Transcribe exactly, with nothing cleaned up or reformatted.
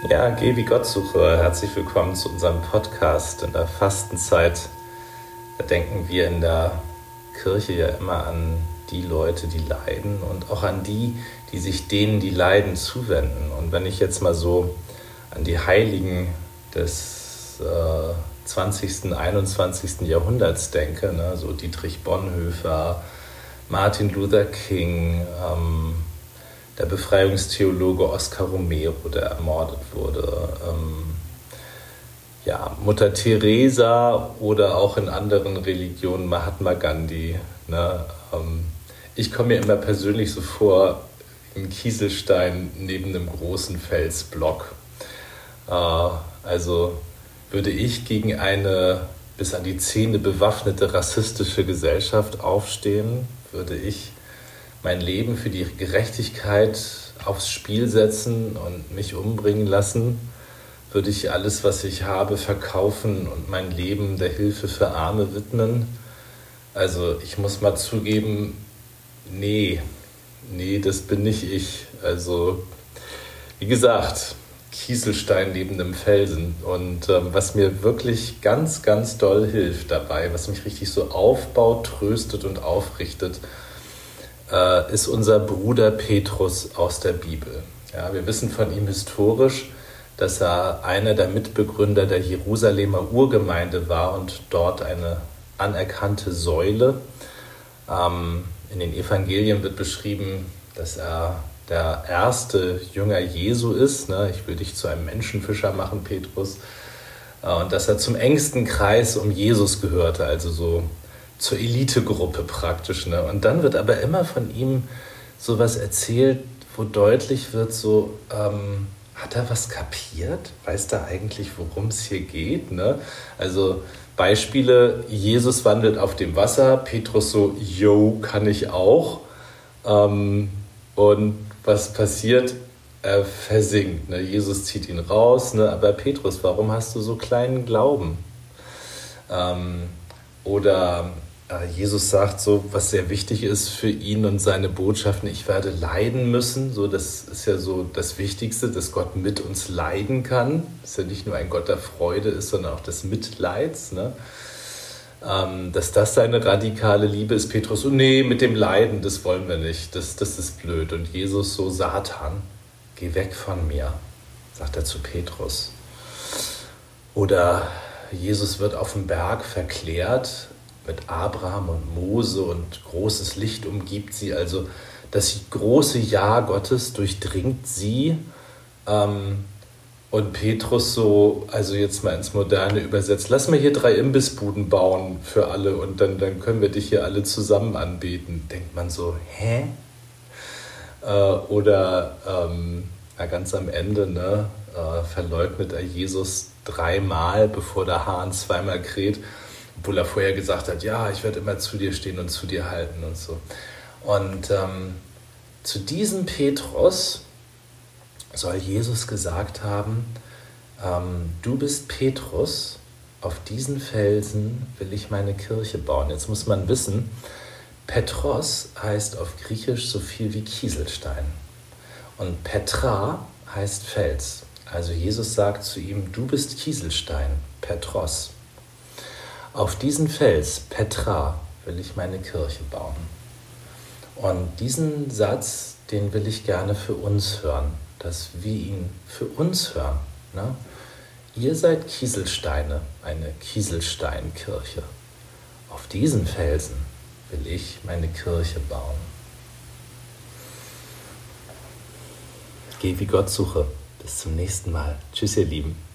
Ja, geh wie Gott suche. Herzlich willkommen zu unserem Podcast in der Fastenzeit. Da denken wir in der Kirche ja immer an die Leute, die leiden und auch an die, die sich denen, die leiden, zuwenden. Und wenn ich jetzt mal so an die Heiligen des äh, zwanzigsten, einundzwanzigsten Jahrhunderts denke, ne, so Dietrich Bonhoeffer, Martin Luther King, ähm, der Befreiungstheologe Oscar Romero, der ermordet wurde, ähm, ja, Mutter Teresa oder auch in anderen Religionen Mahatma Gandhi. Ne? Ähm, ich komme mir immer persönlich so vor, in Kieselstein neben einem großen Felsblock. Äh, also würde ich gegen eine bis an die Zähne bewaffnete rassistische Gesellschaft aufstehen, würde ich mein Leben für die Gerechtigkeit aufs Spiel setzen und mich umbringen lassen, würde ich alles, was ich habe, verkaufen und mein Leben der Hilfe für Arme widmen. Also ich muss mal zugeben, nee, nee, das bin nicht ich. Also wie gesagt, Kieselstein neben einem Felsen. Und ähm, was mir wirklich ganz, ganz doll hilft dabei, was mich richtig so aufbaut, tröstet und aufrichtet, ist unser Bruder Petrus aus der Bibel. Ja, wir wissen von ihm historisch, dass er einer der Mitbegründer der Jerusalemer Urgemeinde war und dort eine anerkannte Säule. Ähm, in den Evangelien wird beschrieben, dass er der erste Jünger Jesu ist. Ne? Ich will dich zu einem Menschenfischer machen, Petrus. Äh, und dass er zum engsten Kreis um Jesus gehörte, also so zur Elitegruppe praktisch. Ne? Und dann wird aber immer von ihm sowas erzählt, wo deutlich wird, so, ähm, hat er was kapiert? Weiß er eigentlich, worum es hier geht? Ne? Also Beispiele, Jesus wandelt auf dem Wasser, Petrus so, yo, kann ich auch. Ähm, und was passiert? Er versinkt. Ne? Jesus zieht ihn raus, ne? Aber Petrus, warum hast du so kleinen Glauben? Ähm, Oder äh, Jesus sagt so, was sehr wichtig ist für ihn und seine Botschaften, ich werde leiden müssen. So, das ist ja so das Wichtigste, dass Gott mit uns leiden kann. Dass er nicht nur ein Gott der Freude ist, sondern auch des Mitleids. Ne? Ähm, dass das seine radikale Liebe ist. Petrus so, nee, mit dem Leiden, das wollen wir nicht. Das, das ist blöd. Und Jesus so, Satan, geh weg von mir, sagt er zu Petrus. Oder Jesus wird auf dem Berg verklärt mit Abraham und Mose und großes Licht umgibt sie. Also das große Ja Gottes durchdringt sie. Ähm, und Petrus so, also jetzt mal ins Moderne übersetzt, lass mal hier drei Imbissbuden bauen für alle und dann, dann können wir dich hier alle zusammen anbeten. Denkt man so, hä? Äh, oder ähm, ja, ganz am Ende, ne, äh, verleugnet er Jesus dreimal, bevor der Hahn zweimal kräht, obwohl er vorher gesagt hat, ja, ich werde immer zu dir stehen und zu dir halten und so. Und ähm, zu diesem Petrus soll Jesus gesagt haben, ähm, du bist Petrus, auf diesen Felsen will ich meine Kirche bauen. Jetzt muss man wissen, Petros heißt auf Griechisch so viel wie Kieselstein und Petra heißt Fels. Also Jesus sagt zu ihm, du bist Kieselstein, Petros. Auf diesen Fels, Petra, will ich meine Kirche bauen. Und diesen Satz, den will ich gerne für uns hören, dass wir ihn für uns hören. Ne? Ihr seid Kieselsteine, eine Kieselsteinkirche. Auf diesen Felsen will ich meine Kirche bauen. Geh wie Gott suche. Bis zum nächsten Mal. Tschüss, ihr Lieben.